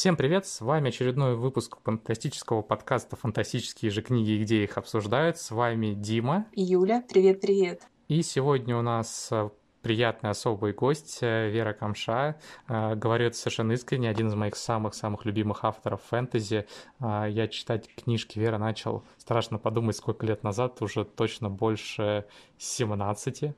Всем привет, с вами очередной выпуск фантастического подкаста «Фантастические же книги и где их обсуждают». С вами Дима. Юля, привет-привет. И сегодня у нас приятный особый гость Вера Камша. Говорю это совершенно искренне, один из моих самых-самых любимых авторов фэнтези. Я читать книжки Веры начал, страшно подумать, сколько лет назад, уже точно больше 17.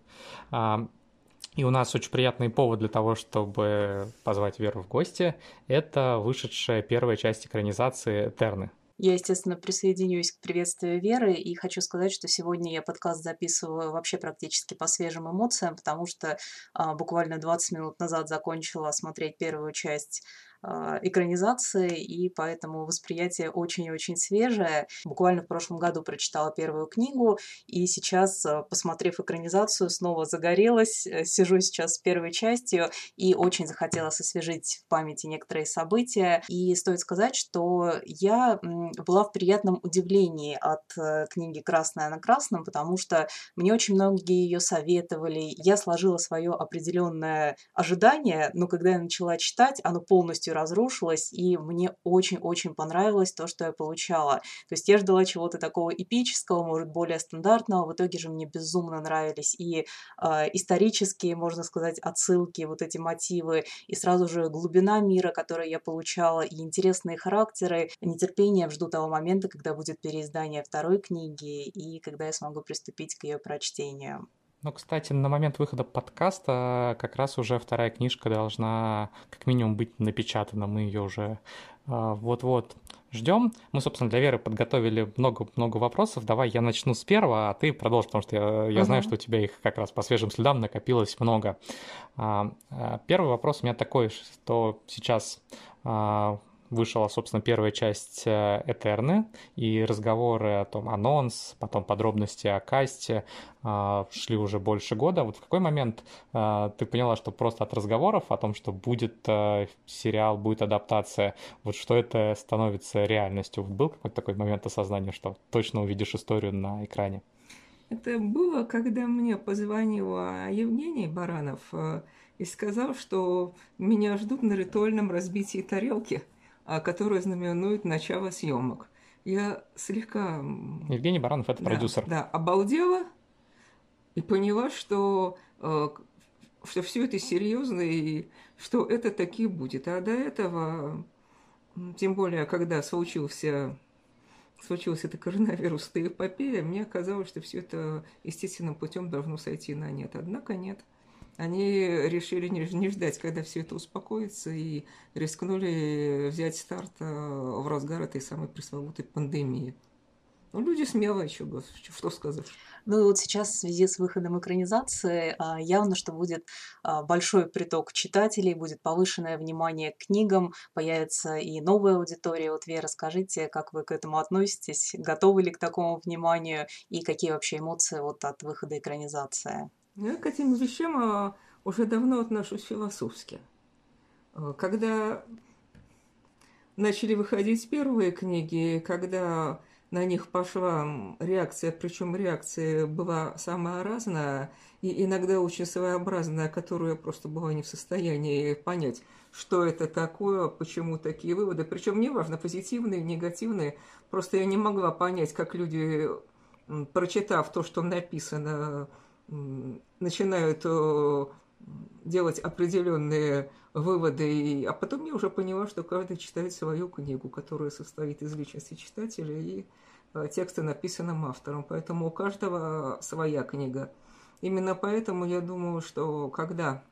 И у нас очень приятный повод для того, чтобы позвать Веру в гости. Это вышедшая первая часть экранизации «Этерны». Я, естественно, присоединюсь к приветствию Веры и хочу сказать, что сегодня я подкаст записываю вообще практически по свежим эмоциям, потому что буквально 20 минут назад закончила смотреть первую часть экранизации, и поэтому восприятие очень-очень свежее. Буквально в прошлом году прочитала первую книгу, и сейчас, посмотрев экранизацию, снова загорелась. Сижу сейчас с первой частью, и очень захотелось освежить в памяти некоторые события. И стоит сказать, что я была в приятном удивлении от книги «Красная на красном», потому что мне очень многие ее советовали. Я сложила свое определенное ожидание, но когда я начала читать, оно полностью разрушилось, и мне очень-очень понравилось то, что я получала. То есть я ждала чего-то такого эпического, может, более стандартного. В итоге же мне безумно нравились и исторические, можно сказать, отсылки, вот эти мотивы, и сразу же глубина мира, которую я получала, и интересные характеры. Нетерпением жду того момента, когда будет переиздание второй книги, и когда я смогу приступить к ее прочтению. Ну, кстати, на момент выхода подкаста как раз уже вторая книжка должна как минимум быть напечатана. Мы ее уже вот-вот ждем. Мы, собственно, для Веры подготовили много-много вопросов. Давай я начну с первого, а ты продолжи, потому что я знаю, что у тебя их как раз по свежим следам накопилось много. Первый вопрос у меня такой, что сейчас вышла, собственно, первая часть «Этерны», и разговоры о том, анонс, потом подробности о касте шли уже больше года. Вот в какой момент ты поняла, что просто от разговоров о том, что будет сериал, будет адаптация, вот что это становится реальностью? Вот был какой-то такой момент осознания, что точно увидишь историю на экране? Это было, когда мне позвонила Евгений Баранов и сказал, что меня ждут на ритуальном разбитии тарелки, которое знаменует начало съемок. Я слегка... Евгений Баранов — это продюсер. Да, обалдела и поняла, что все это серьезно и что это таки будет. А до этого, тем более, когда случилась эта коронавирусная эпопея, мне казалось, что все это естественным путем должно сойти на нет. Однако нет. Они решили не ждать, когда все это успокоится, и рискнули взять старт в разгар этой самой пресловутой пандемии. Ну, люди смелые, что сказать. Ну и вот сейчас в связи с выходом экранизации явно, что будет большой приток читателей, будет повышенное внимание к книгам, появится и новая аудитория. Вот, Вера, скажите, как вы к этому относитесь, готовы ли к такому вниманию и какие вообще эмоции вот от выхода экранизации? Я к этим вещам уже давно отношусь философски. Когда начали выходить первые книги, когда на них пошла реакция, причем реакция была самая разная и иногда очень своеобразная, которую я просто была не в состоянии понять, что это такое, почему такие выводы. Причем неважно, позитивные, негативные, просто я не могла понять, как люди, прочитав то, что написано, начинают делать определенные выводы, а потом я уже поняла, что каждый читает свою книгу, которая состоит из личности читателя и текста, написанным автором. Поэтому у каждого своя книга. Именно поэтому я думаю, что когда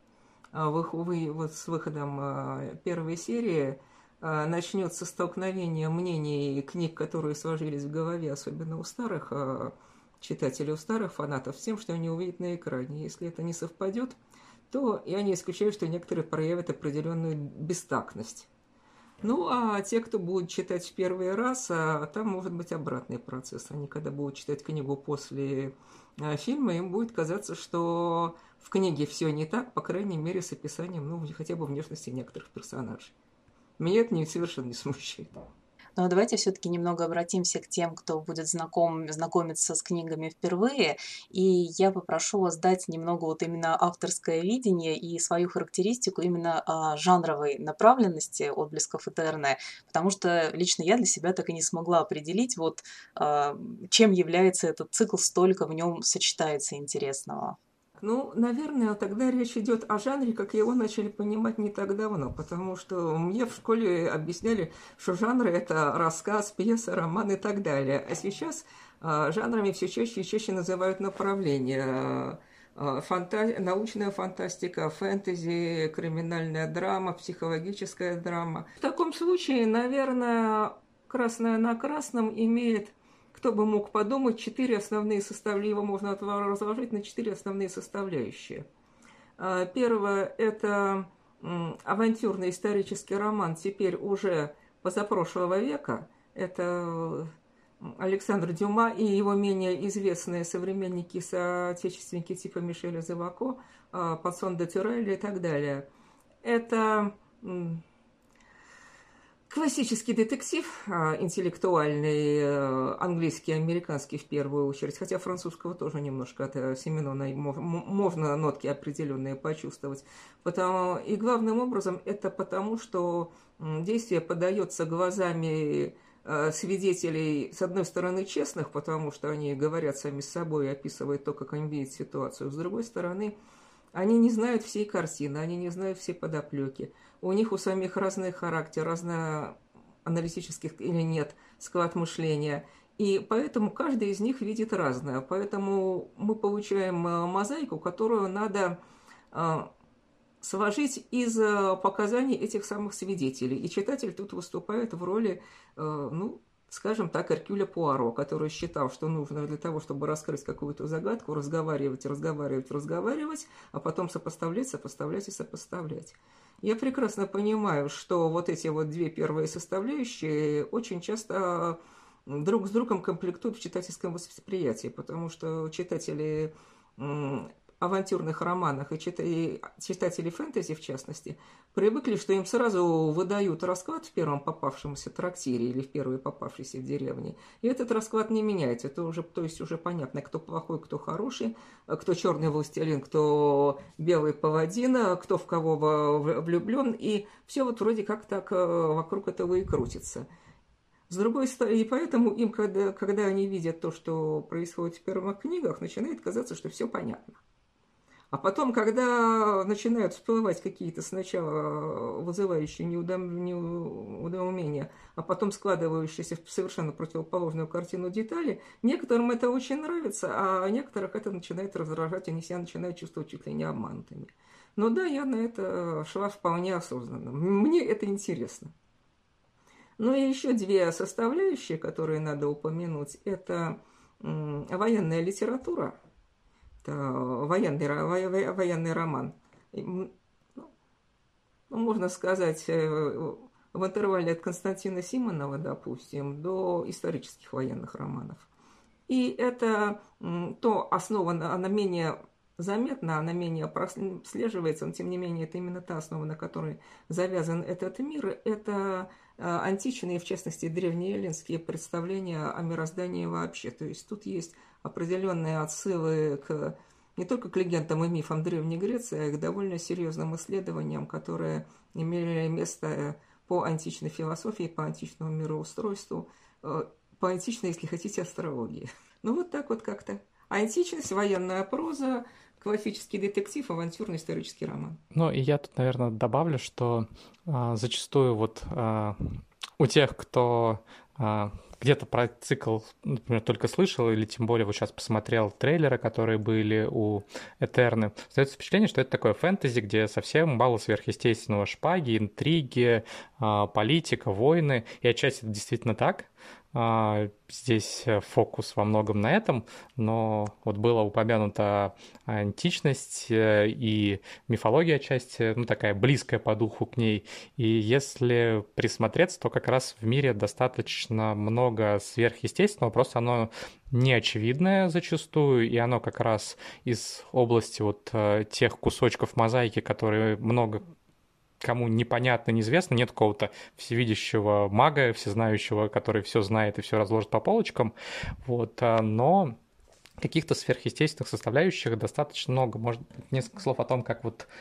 вот с выходом первой серии начнется столкновение мнений книг, которые сложились в голове, особенно у старых читателей, у старых фанатов, с тем, что они увидят на экране. Если это не совпадет, то я не исключаю, что некоторые проявят определенную бестактность. Ну, а те, кто будет читать в первый раз, там может быть обратный процесс. Они, когда будут читать книгу после фильма, им будет казаться, что в книге все не так, по крайней мере, с описанием, ну, хотя бы внешности некоторых персонажей. Меня это совершенно не смущает. Но давайте все-таки немного обратимся к тем, кто будет знакомиться с книгами впервые. И я попрошу вас дать немного вот именно авторское видение и свою характеристику именно жанровой направленности «Отблесков Этерны», потому что лично я для себя так и не смогла определить, вот чем является этот цикл, столько в нем сочетается интересного. Ну, наверное, тогда речь идет о жанре, как его начали понимать не так давно, потому что мне в школе объясняли, что жанры – это рассказ, пьеса, роман и так далее. А сейчас жанрами все чаще и чаще называют направления. Научная фантастика, фэнтези, криминальная драма, психологическая драма. В таком случае, наверное, «Красное на красном» имеет, кто бы мог подумать, 4 основные составляющие, его можно разложить на 4 основные составляющие. Первое – это авантюрный исторический роман, теперь уже позапрошлого века. Это Александр Дюма и его менее известные современники, соотечественники типа Мишеля Зевако, Пассон де Тюрель и так далее. Это классический детектив, интеллектуальный, английский, американский в первую очередь, хотя французского тоже немножко от Семенона можно нотки определенные почувствовать. И главным образом это потому, что действие подается глазами свидетелей, с одной стороны, честных, потому что они говорят сами с собой и описывают то, как они видят ситуацию, с другой стороны, они не знают всей картины, они не знают всей подоплеки. У них у самих разный характер, разный аналитический или нет склад мышления. И поэтому каждый из них видит разное. Поэтому мы получаем мозаику, которую надо сложить из показаний этих самых свидетелей. И читатель тут выступает в роли, скажем так, Эркюля Пуаро, который считал, что нужно для того, чтобы раскрыть какую-то загадку, разговаривать, а потом сопоставлять и сопоставлять. Я прекрасно понимаю, что вот эти вот 2 первые составляющие очень часто друг с другом комплектуют в читательском восприятии, потому что читатели авантюрных романах и читатели фэнтези, в частности, привыкли, что им сразу выдают расклад в первом попавшемся трактире или в первой попавшейся в деревне. И этот расклад не меняется. Это уже, то есть уже понятно, кто плохой, кто хороший, кто черный властелин, кто белый паладин, кто в кого влюблен. И все вот вроде как так вокруг этого и крутится. С другой стороны, и поэтому им, когда они видят то, что происходит в первых книгах, начинает казаться, что все понятно. А потом, когда начинают всплывать какие-то сначала вызывающие недоумения, а потом складывающиеся в совершенно противоположную картину детали, некоторым это очень нравится, а некоторых это начинает раздражать, они себя начинают чувствовать чуть ли не обманутыми. Но да, я на это шла вполне осознанно. Мне это интересно. Ну и еще 2 составляющие, которые надо упомянуть, это военная литература. Это военный роман. Можно сказать, в интервале от Константина Симонова, допустим, до исторических военных романов. И это то основа, она менее заметна, она менее прослеживается, но тем не менее это именно та основа, на которой завязан этот мир. Это античные, в частности, древнеэллинские представления о мироздании вообще. То есть тут есть определенные отсылы не только к легендам и мифам Древней Греции, а и к довольно серьезным исследованиям, которые имели место по античной философии, по античному мироустройству, по античной, если хотите, астрологии. Ну вот так вот как-то. Античность, военная проза, классический детектив, авантюрный исторический роман. Ну и я тут, наверное, добавлю, что зачастую вот у тех, кто где-то про цикл, например, только слышал, или тем более вот сейчас посмотрел трейлеры, которые были у Этерны, остается впечатление, что это такое фэнтези, где совсем мало сверхъестественного: шпаги, интриги, политика, войны, и отчасти это действительно так. Здесь фокус во многом на этом, но вот была упомянута античность и мифология отчасти, такая близкая по духу к ней. И если присмотреться, то как раз в мире достаточно много сверхъестественного, просто оно неочевидное зачастую, и оно как раз из области вот тех кусочков мозаики, которые много кому непонятно, неизвестно, нет какого-то всевидящего мага, всезнающего, который все знает и все разложит по полочкам, вот, но каких-то сверхъестественных составляющих достаточно много. Может, несколько слов о том, как вот,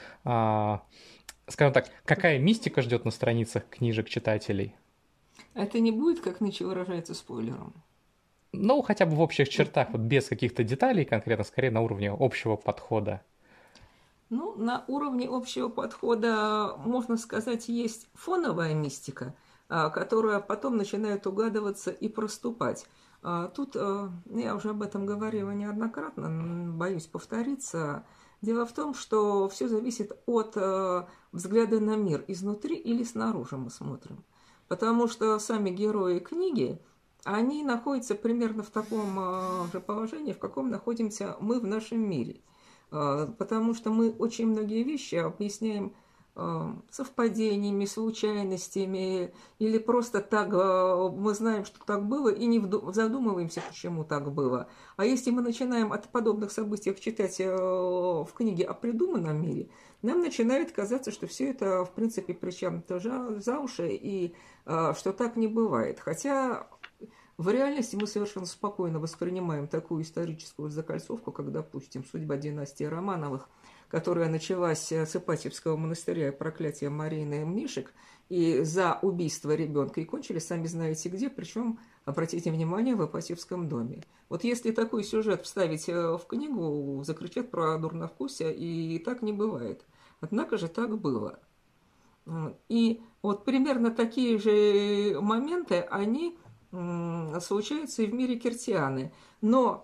скажем так, какая мистика ждет на страницах книжек читателей? Это не будет, как нынче выражается, спойлером? Ну, хотя бы в общих чертах, вот без каких-то деталей конкретно, скорее на уровне общего подхода. Ну, на уровне общего подхода, можно сказать, есть фоновая мистика, которая потом начинает угадываться и проступать. Тут я уже об этом говорила неоднократно, боюсь повториться. Дело в том, что все зависит от взгляда на мир, изнутри или снаружи мы смотрим. Потому что сами герои книги, они находятся примерно в таком же положении, в каком находимся мы в нашем мире. Потому что мы очень многие вещи объясняем совпадениями, случайностями, или просто так мы знаем, что так было, и не задумываемся, почему так было. А если мы начинаем от подобных событий читать в книге о придуманном мире, нам начинает казаться, что все это, в принципе, причем-то за уши, и что так не бывает. Хотя в реальности мы совершенно спокойно воспринимаем такую историческую закольцовку, как, допустим, судьба династии Романовых, которая началась с Ипатьевского монастыря и проклятия Марины Мнишек, и за убийство ребенка, и кончились, сами знаете где, причем, обратите внимание, в Ипатьевском доме. Вот если такой сюжет вставить в книгу, закричат про дурновкусие, и так не бывает. Однако же так было. И вот примерно такие же моменты, они случаются и в мире Киртианы. Но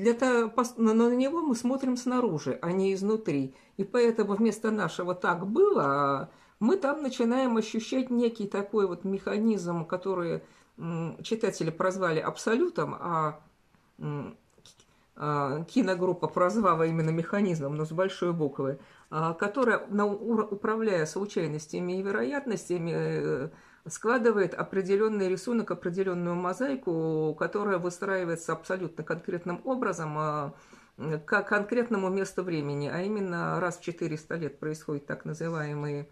на него мы смотрим снаружи, а не изнутри. И поэтому вместо нашего «так было» мы там начинаем ощущать некий такой вот механизм, который читатели прозвали абсолютом, а киногруппа прозвала именно механизмом, но с большой буквы, которая, управляя случайностями и вероятностями, складывает определенный рисунок, определенную мозаику, которая выстраивается абсолютно конкретным образом к конкретному месту времени, а именно раз в 400 лет происходит так называемый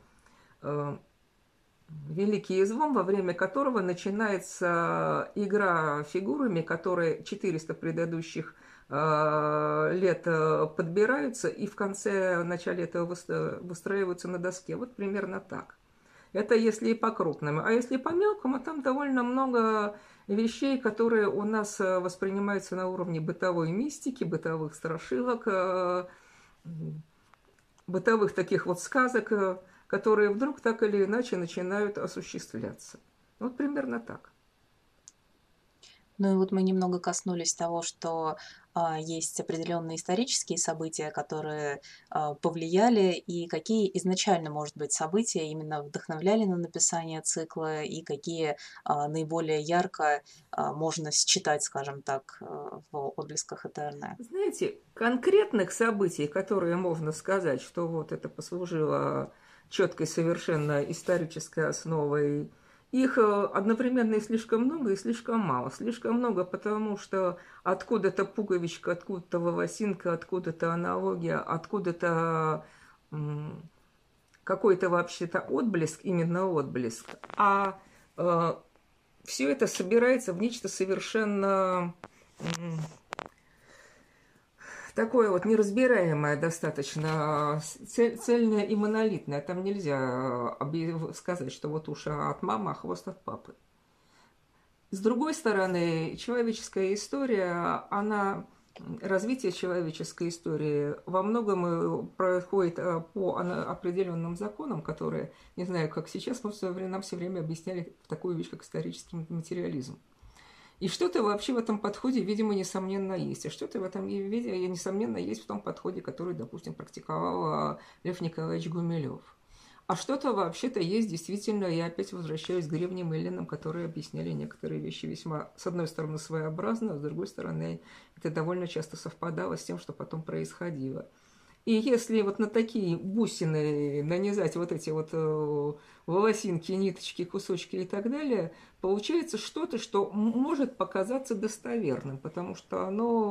Великий излом, во время которого начинается игра фигурами, которые 400 предыдущих лет подбираются и в начале этого выстраиваются на доске. Вот примерно так. Это если и по крупному. А если по мелкому, там довольно много вещей, которые у нас воспринимаются на уровне бытовой мистики, бытовых страшилок, бытовых таких вот сказок, которые вдруг так или иначе начинают осуществляться. Вот примерно так. Ну и вот мы немного коснулись того, что есть определенные исторические события, которые повлияли, и какие изначально, может быть, события именно вдохновляли на написание цикла, и какие наиболее ярко можно считать, скажем так, в «Отблесках Этерны». Знаете, конкретных событий, которые можно сказать, что вот это послужило четкой совершенно исторической основой, их одновременно и слишком много, и слишком мало. Слишком много, потому что откуда-то пуговичка, откуда-то волосинка, откуда-то аналогия, откуда-то какой-то вообще-то отблеск, именно отблеск. А все это собирается в нечто совершенно такое вот неразбираемое достаточно, цельное и монолитное. Там нельзя сказать, что вот уши от мамы, а хвост от папы. С другой стороны, человеческая история, развитие человеческой истории во многом происходит по определенным законам, которые, не знаю, как сейчас, но нам все время объясняли такую вещь, как исторический материализм. И что-то вообще в этом подходе, видимо, несомненно есть. А что-то в этом, несомненно, есть в том подходе, который, допустим, практиковал Лев Николаевич Гумилев. А что-то вообще-то есть действительно, я опять возвращаюсь к древним эллинам, которые объясняли некоторые вещи весьма, с одной стороны, своеобразно, а с другой стороны, это довольно часто совпадало с тем, что потом происходило. И если вот на такие бусины нанизать вот эти вот волосинки, ниточки, кусочки и так далее, получается что-то, что может показаться достоверным, потому что оно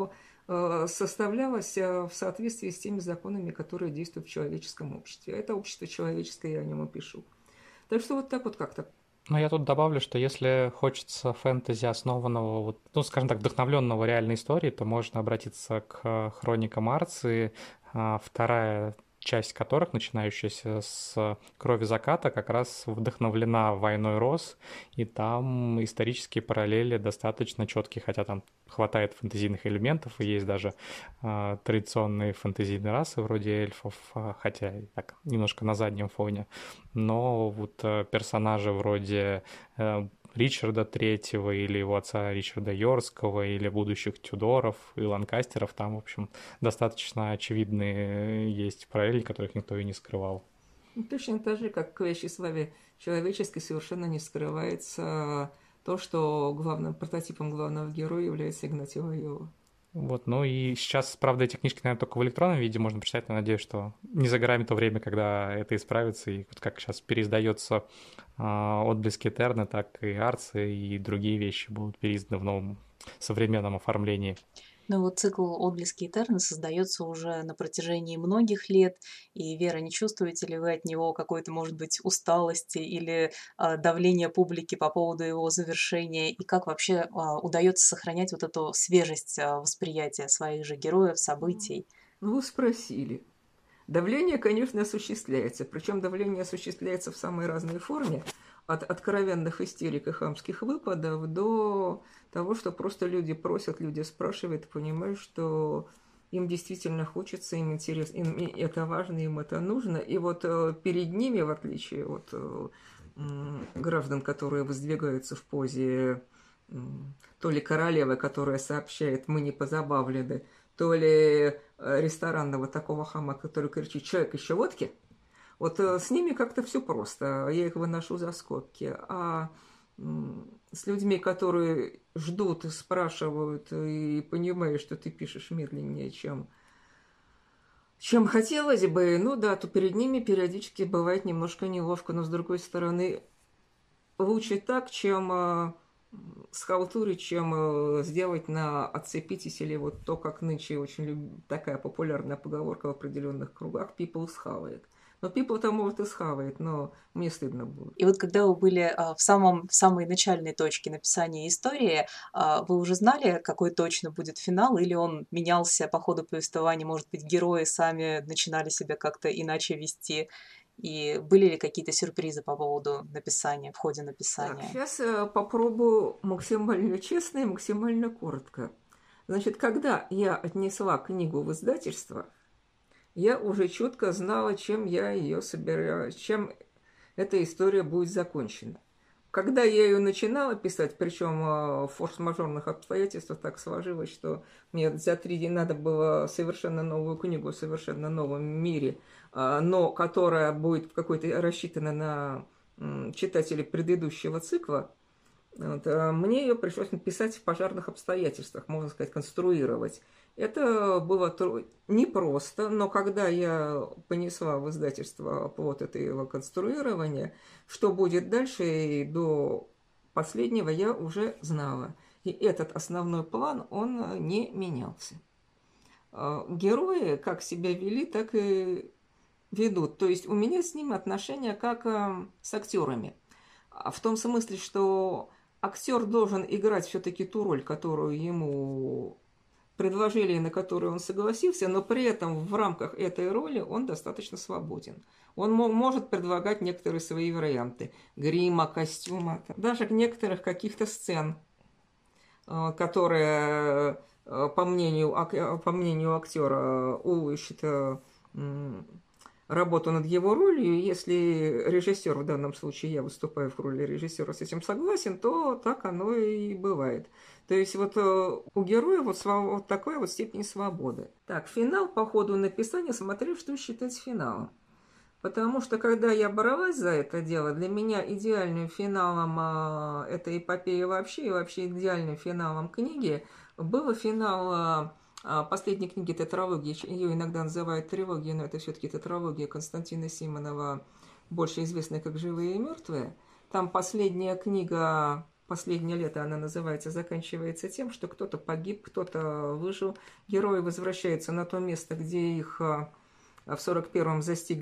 составлялось в соответствии с теми законами, которые действуют в человеческом обществе. Это общество человеческое, я о нем и пишу. Так что вот так вот как-то. Но я тут добавлю, что если хочется фэнтези, основанного, вот, ну, скажем так, вдохновленного реальной историей, то можно обратиться к хроникам Арции, вторая часть которых, начинающаяся с «Крови заката», как раз вдохновлена «Войной Роз», и там исторические параллели достаточно четкие, хотя там хватает фэнтезийных элементов, и есть даже традиционные фэнтезийные расы вроде эльфов, хотя и так немножко на заднем фоне. Но вот персонажи вроде Ричарда Третьего или его отца Ричарда Йоркского или будущих Тюдоров и Ланкастеров, там, в общем, достаточно очевидные есть параллели, которых никто и не скрывал. Точно так же, как в веществе человеческой совершенно не скрывается то, что главным прототипом главного героя является Игнатий Лоёла. Вот, ну и сейчас, правда, эти книжки, наверное, только в электронном виде можно прочитать, но надеюсь, что не за горами то время, когда это исправится, и вот как сейчас переиздается «Отблески Этерны», так и «Арцы», и другие вещи будут переизданы в новом современном оформлении. Ну вот цикл «Отблески Этерны» создается уже на протяжении многих лет, и, Вера, не чувствуете ли вы от него какой-то, может быть, усталости или давления публики по поводу его завершения, и как вообще удается сохранять вот эту свежесть восприятия своих же героев, событий? Ну, вы спросили. Давление, конечно, осуществляется, причем давление осуществляется в самой разной форме, от откровенных истерик и хамских выпадов до того, что просто люди просят, люди спрашивают, понимают, что им действительно хочется, им интересно, им это важно, им это нужно. И вот перед ними, в отличие от граждан, которые воздвигаются в позе то ли королевы, которая сообщает «мы не позабавлены», то ли ресторанного такого хама, который кричит «человек, еще водки?». Вот с ними как-то все просто, я их выношу за скобки. А с людьми, которые ждут, спрашивают и понимают, что ты пишешь медленнее, чем хотелось бы, ну да, то перед ними периодически бывает немножко неловко, но с другой стороны, лучше так, чем схалтурить, чем сделать на «отцепитесь» или вот то, как нынче очень такая популярная поговорка в определенных кругах «people схавает». Но people-то, может, и схавает, но мне стыдно будет. И вот когда вы были в самой начальной точке написания истории, вы уже знали, какой точно будет финал, или он менялся по ходу повествования? Может быть, герои сами начинали себя как-то иначе вести? И были ли какие-то сюрпризы по поводу написания, в ходе написания? Так, сейчас попробую максимально честно и максимально коротко. Значит, когда я отнесла книгу в издательство, я уже четко знала, чем я ее собираю, чем эта история будет закончена. Когда я ее начинала писать, причем в форс-мажорных обстоятельствах так сложилось, что мне за 3 дня надо было совершенно новую книгу в совершенно новом мире, но которая будет какой-то рассчитана на читателей предыдущего цикла, вот, мне ее пришлось написать в пожарных обстоятельствах, можно сказать, конструировать. Это было непросто, но когда я понесла в издательство плод этого конструирования, что будет дальше, и до последнего я уже знала. И этот основной план, он не менялся. Герои как себя вели, так и ведут. То есть у меня с ними отношения как с актерами. В том смысле, что актер должен играть все-таки ту роль, которую ему предложили и на которую он согласился, но при этом в рамках этой роли он достаточно свободен. Он может предлагать некоторые свои варианты грима, костюма, даже некоторых каких-то сцен, которые, по мнению актера, улучшат работу над его ролью. Если режиссер, в данном случае я выступаю в роли режиссера, с этим согласен, то так оно и бывает. То есть вот у героя вот такой вот степень свободы. Так, финал по ходу написания, смотрю, что считать финалом. Потому что когда я бралась за это дело, для меня идеальным финалом этой эпопеи вообще, и вообще идеальным финалом книги был финал последней книги тетралогии. Ее иногда называют трилогией, но это все-таки тетралогия Константина Симонова, больше известная как «Живые и мертвые». Там последняя книга «Последнее лето» она называется, заканчивается тем, что кто-то погиб, кто-то выжил. Герои возвращаются на то место, где их в 41-м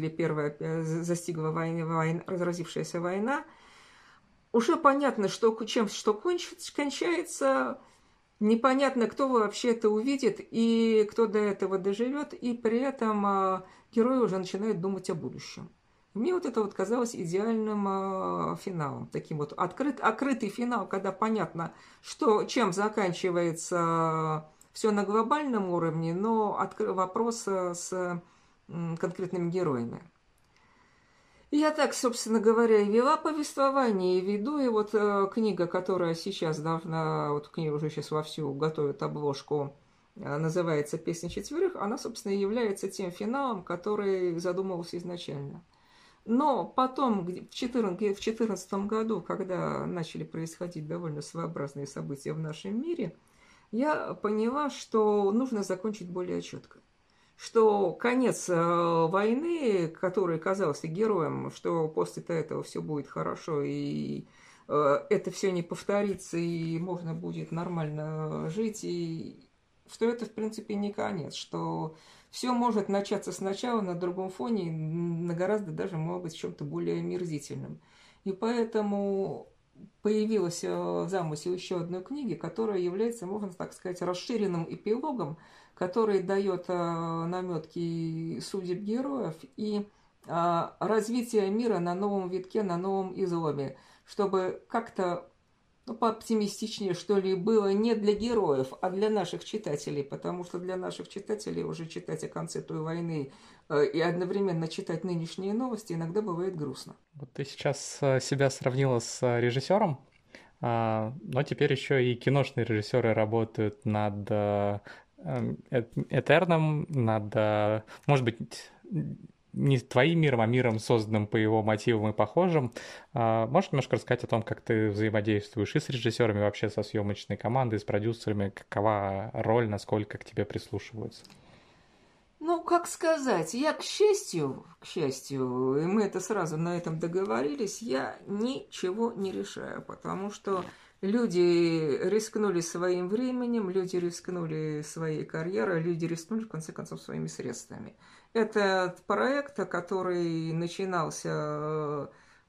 застигла разразившаяся война. Уже понятно, чем что кончается, непонятно, кто вообще это увидит и кто до этого доживет, и при этом герои уже начинают думать о будущем. Мне вот это вот казалось идеальным финалом, таким вот открытый финал, когда понятно, чем заканчивается все на глобальном уровне, но вопрос с конкретными героями. Я так, собственно говоря, и вела повествование, и веду, и вот книга, которая сейчас должна, вот книга уже сейчас вовсю готовит обложку, называется «Песня четверых», она, собственно, является тем финалом, который задумывался изначально. Но потом, в 2014 году, когда начали происходить довольно своеобразные события в нашем мире, я поняла, что нужно закончить более четко. Что конец войны, который казался героем, что после этого все будет хорошо, и это все не повторится, и можно будет нормально жить, и что это, в принципе, не конец, что все может начаться сначала на другом фоне, на гораздо даже, может быть, чем-то более омерзительным. И поэтому появилась в замысле еще одной книги, которая является, можно так сказать, расширенным эпилогом, который дает наметки судеб героев и развитие мира на новом витке, на новом изломе, чтобы как-то пооптимистичнее, что ли, было не для героев, а для наших читателей, потому что для наших читателей уже читать о конце той войны и одновременно читать нынешние новости иногда бывает грустно. Вот ты сейчас себя сравнила с режиссером, но теперь еще и киношные режиссеры работают над Этерном, над, может быть, не твоим миром, а миром, созданным по его мотивам и похожим. Можешь немножко рассказать о том, как ты взаимодействуешь и с режиссерами, вообще со съемочной командой, с продюсерами, какова роль, насколько к тебе прислушиваются? Ну, как сказать, я, к счастью, и мы это сразу на этом договорились, я ничего не решаю, потому что люди рискнули своим временем, люди рискнули своей карьерой, люди рискнули, в конце концов, своими средствами. Этот проект, который начинался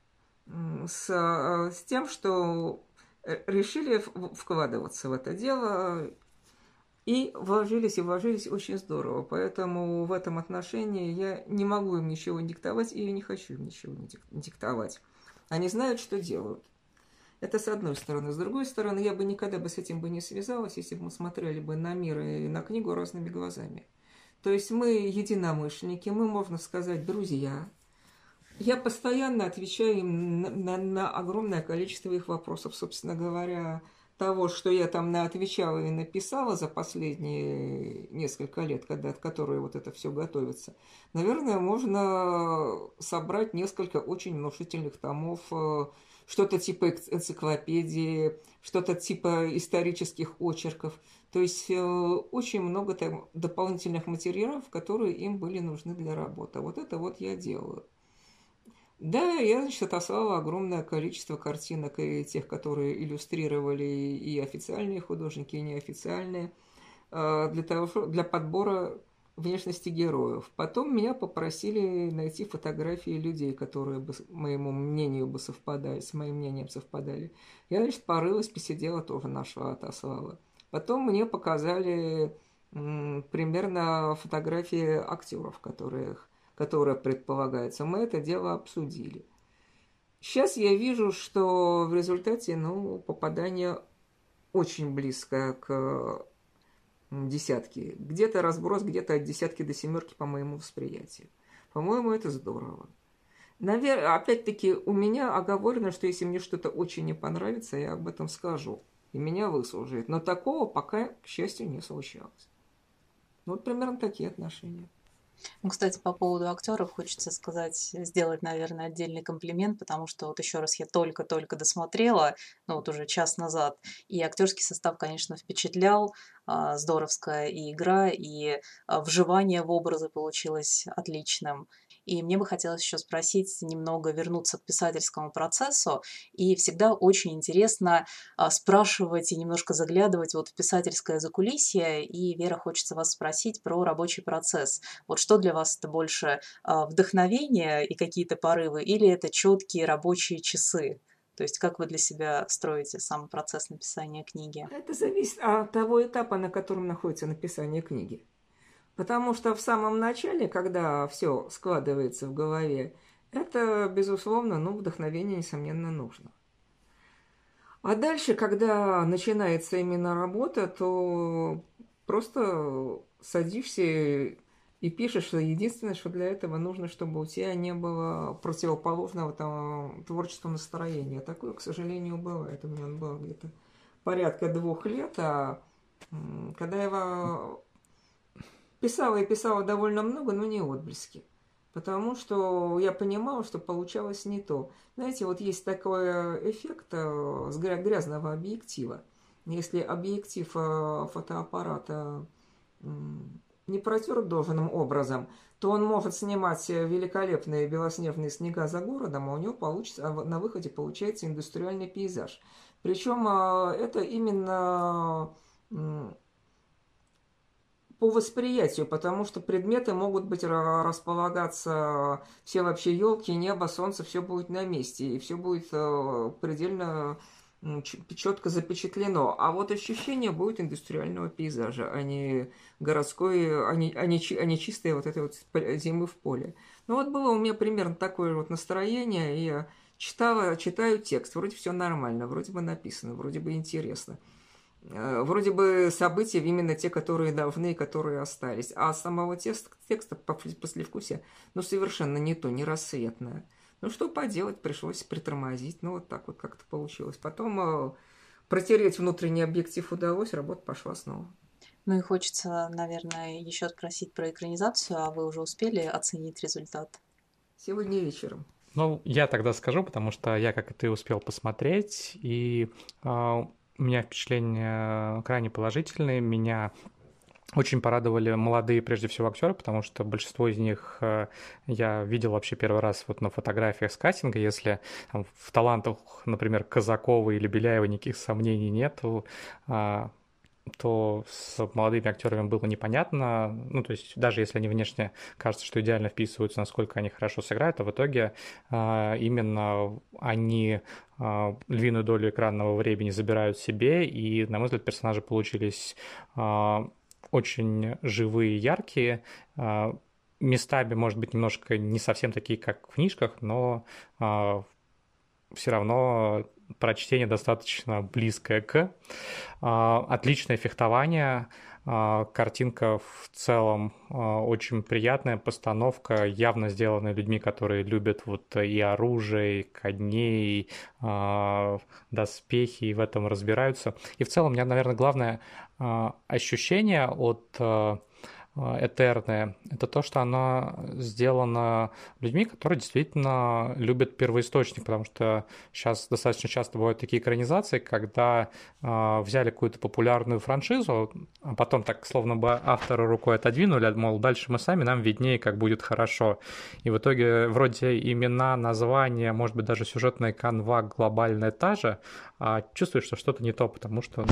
с тем, что решили вкладываться в это дело, и вложились очень здорово. Поэтому в этом отношении я не могу им ничего диктовать, и я не хочу им ничего диктовать. Они знают, что делают. Это с одной стороны. С другой стороны, я бы никогда бы с этим бы не связалась, если бы мы смотрели бы на мир и на книгу разными глазами. То есть мы единомышленники, мы, можно сказать, друзья. Я постоянно отвечаю им на огромное количество их вопросов, собственно говоря, того, что я там отвечала и написала за последние несколько лет, от которой вот это все готовится, наверное, можно собрать несколько очень внушительных томов, что-то типа энциклопедии, что-то типа исторических очерков. То есть очень много там дополнительных материалов, которые им были нужны для работы. Вот это вот я делаю. Да, я, значит, отослала огромное количество картинок, и тех, которые иллюстрировали и официальные художники, и неофициальные, для подбора внешности героев. Потом меня попросили найти фотографии людей, которые бы, моему мнению бы совпадали, с моим мнением совпадали. Я, значит, порылась, посидела, тоже нашла, отослала. Потом мне показали примерно фотографии актеров, которое предполагается. Мы это дело обсудили. Сейчас я вижу, что в результате, попадание очень близко к десятке. Где-то разброс, где-то от десятки до семерки по моему восприятию. По-моему, это здорово. Наверное, опять-таки, у меня оговорено, что если мне что-то очень не понравится, я об этом скажу. И меня выслушают. Но такого пока, к счастью, не случалось. Вот примерно такие отношения. Ну, кстати, по поводу актеров хочется сделать, наверное, отдельный комплимент, потому что вот еще раз я только-только досмотрела, вот уже час назад, и актерский состав, конечно, впечатлял, здоровская и игра, и вживание в образы получилось отличным. И мне бы хотелось еще спросить, немного вернуться к писательскому процессу. И всегда очень интересно спрашивать и немножко заглядывать вот в писательское закулисье. И, Вера, хочется вас спросить про рабочий процесс. Вот что для вас это больше вдохновение и какие-то порывы, или это четкие рабочие часы? То есть как вы для себя строите сам процесс написания книги? Это зависит от того этапа, на котором находится написание книги. Потому что в самом начале, когда все складывается в голове, это, безусловно, вдохновение, несомненно, нужно. А дальше, когда начинается именно работа, то просто садишься и пишешь, что единственное, что для этого нужно, чтобы у тебя не было противоположного там творческого настроения. Такое, к сожалению, бывает. У меня было где-то порядка 2 лет, когда я писала и писала довольно много, но не отблески. Потому что я понимала, что получалось не то. Знаете, вот есть такой эффект с грязного объектива. Если объектив фотоаппарата не протер должным образом, то он может снимать великолепные белоснежные снега за городом, а у него получится, на выходе получается индустриальный пейзаж. Причем это именно по восприятию, потому что предметы могут быть располагаться, все вообще елки, небо, солнце, все будет на месте, и все будет предельно четко запечатлено. А вот ощущение будет индустриального пейзажа, а не городской, а не чистой вот этой вот зимы в поле. Ну вот было у меня примерно такое вот настроение, и я читаю текст, вроде все нормально, вроде бы написано, вроде бы интересно. Вроде бы события именно те, которые должны и которые остались. А самого текста послевкусие, совершенно не то, не рассветное. Что поделать, пришлось притормозить. Вот так вот как-то получилось. Потом протереть внутренний объектив удалось, работа пошла снова. Ну и хочется, наверное, еще спросить про экранизацию, а вы уже успели оценить результат? Сегодня вечером. Я тогда скажу, потому что я, как и ты, успел посмотреть, и у меня впечатления крайне положительные. Меня очень порадовали молодые, прежде всего, актеры, потому что большинство из них я видел вообще первый раз вот на фотографиях с кастинга. Если там, в талантах, например, Казакова или Беляева никаких сомнений нету, то с молодыми актерами было непонятно. То есть даже если они внешне кажется, что идеально вписываются, насколько они хорошо сыграют, а в итоге именно они львиную долю экранного времени забирают себе, и, на мой взгляд, персонажи получились очень живые, яркие, местами, может быть, немножко не совсем такие, как в книжках, но все равно прочтение достаточно близкое к. Отличное фехтование, картинка в целом очень приятная, постановка, явно сделанная людьми, которые любят вот и оружие, и коней, доспехи, и в этом разбираются. И в целом у меня, наверное, главное ощущение от Этерны, это то, что она сделана людьми, которые действительно любят первоисточник, потому что сейчас достаточно часто бывают такие экранизации, когда взяли какую-то популярную франшизу, а потом так словно бы автора рукой отодвинули, мол, дальше мы сами, нам виднее, как будет хорошо. И в итоге вроде имена, названия, может быть, даже сюжетная канва глобальная та же, а чувствуешь, что что-то не то, потому что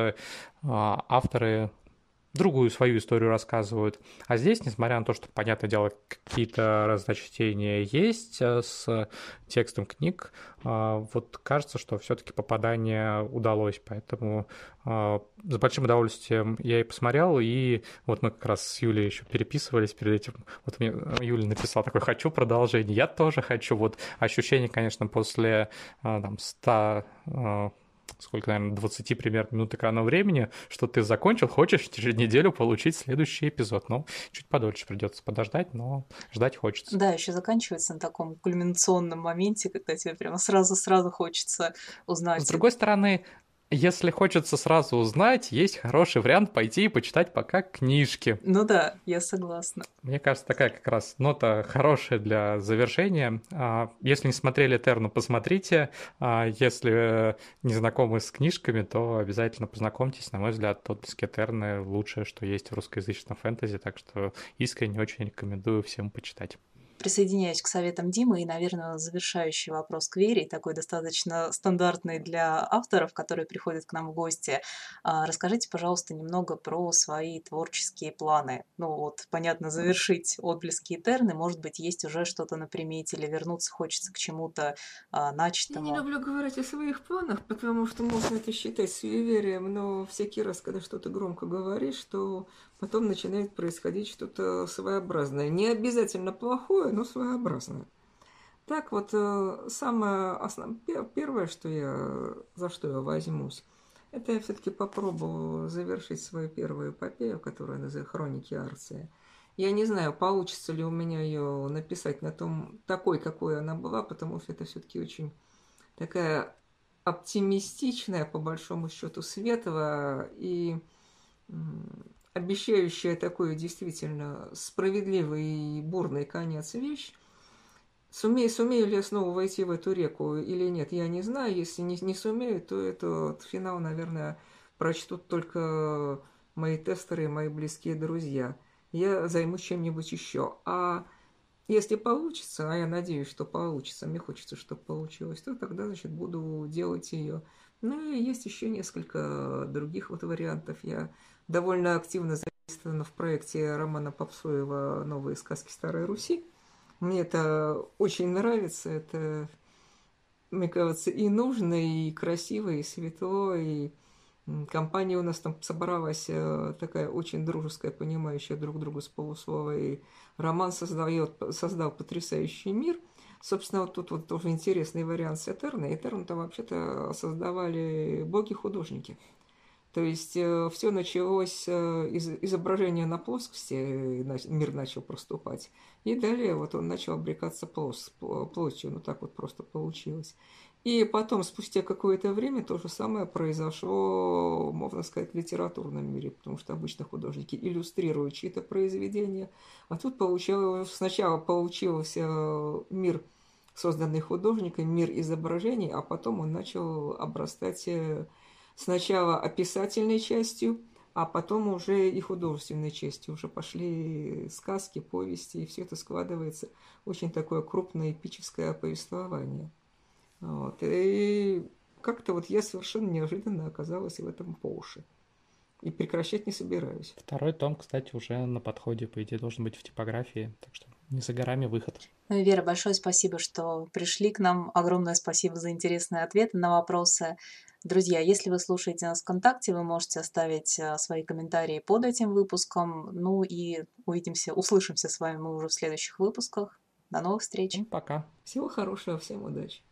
авторы другую свою историю рассказывают. А здесь, несмотря на то, что, понятное дело, какие-то разночтения есть с текстом книг, вот кажется, что все-таки попадание удалось, поэтому с большим удовольствием я и посмотрел, и вот мы как раз с Юлей еще переписывались перед этим. Вот мне Юля написала такой: хочу продолжение, я тоже хочу. Вот ощущение, конечно, после 100... сколько, наверное, 20 примерно минут экранного времени, что ты закончил, хочешь через неделю получить следующий эпизод. Чуть подольше придется подождать, но ждать хочется. Да, еще заканчивается на таком кульминационном моменте, когда тебе прямо сразу-сразу хочется узнать. С другой стороны, если хочется сразу узнать, есть хороший вариант пойти и почитать пока книжки. Да, я согласна. Мне кажется, такая как раз нота хорошая для завершения. Если не смотрели Этерну, посмотрите. Если не знакомы с книжками, то обязательно познакомьтесь. На мой взгляд, «Отблески Этерны» лучшее, что есть в русскоязычном фэнтези, так что искренне очень рекомендую всем почитать. Присоединяюсь к советам Димы и, наверное, завершающий вопрос к Вере, такой достаточно стандартный для авторов, которые приходят к нам в гости. Расскажите, пожалуйста, немного про свои творческие планы. Ну вот, понятно, завершить «Отблески Этерны», может быть, есть уже что-то на примете или вернуться хочется к чему-то Я не начатому. люблю говорить о своих планах, потому что можно это считать суеверием, но всякий раз, когда что-то громко говоришь, то потом начинает происходить что-то своеобразное. Не обязательно плохое, но своеобразное. Так вот, первое, за что я возьмусь, это я все-таки попробую завершить свою первую эпопею, которая называется «Хроники Арция». Я не знаю, получится ли у меня ее написать на том, такой, какой она была, потому что это все-таки очень такая оптимистичная, по большому счету, светлая и обещающая такой действительно справедливый и бурный конец вещь. Сумею ли я снова войти в эту реку или нет, я не знаю. Если не сумею, то этот финал, наверное, прочтут только мои тестеры и мои близкие друзья. Я займусь чем-нибудь еще. А если получится, а я надеюсь, что получится, мне хочется, чтобы получилось, то тогда, значит, буду делать ее. Ну и есть еще несколько других вот вариантов. Я довольно активно задействована в проекте Романа Попсоева «Новые сказки Старой Руси». Мне это очень нравится, это, мне кажется, и нужно, и красиво, и светло, и компания у нас там собралась такая очень дружеская, понимающая друг друга с полуслова, и Роман создал потрясающий мир. Собственно, вот тут вот тоже интересный вариант с Этерной. Этерну-то вообще-то создавали боги-художники. То есть все началось из изображения на плоскости, мир начал проступать. И далее вот он начал обрекаться плотью, ну так вот просто получилось. И потом, спустя какое-то время, то же самое произошло, можно сказать, в литературном мире, потому что обычно художники иллюстрируют чьи-то произведения, а тут сначала получился мир, созданный художником, мир изображений, а потом он начал обрастать сначала описательной частью, а потом уже и художественной частью. Уже пошли сказки, повести, и все это складывается очень такое крупное эпическое повествование. Вот. И как-то вот я совершенно неожиданно оказалась в этом по уши. И прекращать не собираюсь. Второй том, кстати, уже на подходе, по идее, должен быть в типографии, так что не за горами выход. Вера, большое спасибо, что пришли к нам. Огромное спасибо за интересные ответы на вопросы. Друзья, если вы слушаете нас ВКонтакте, вы можете оставить свои комментарии под этим выпуском. Ну и услышимся с вами мы уже в следующих выпусках. До новых встреч. Пока. Всего хорошего, всем удачи.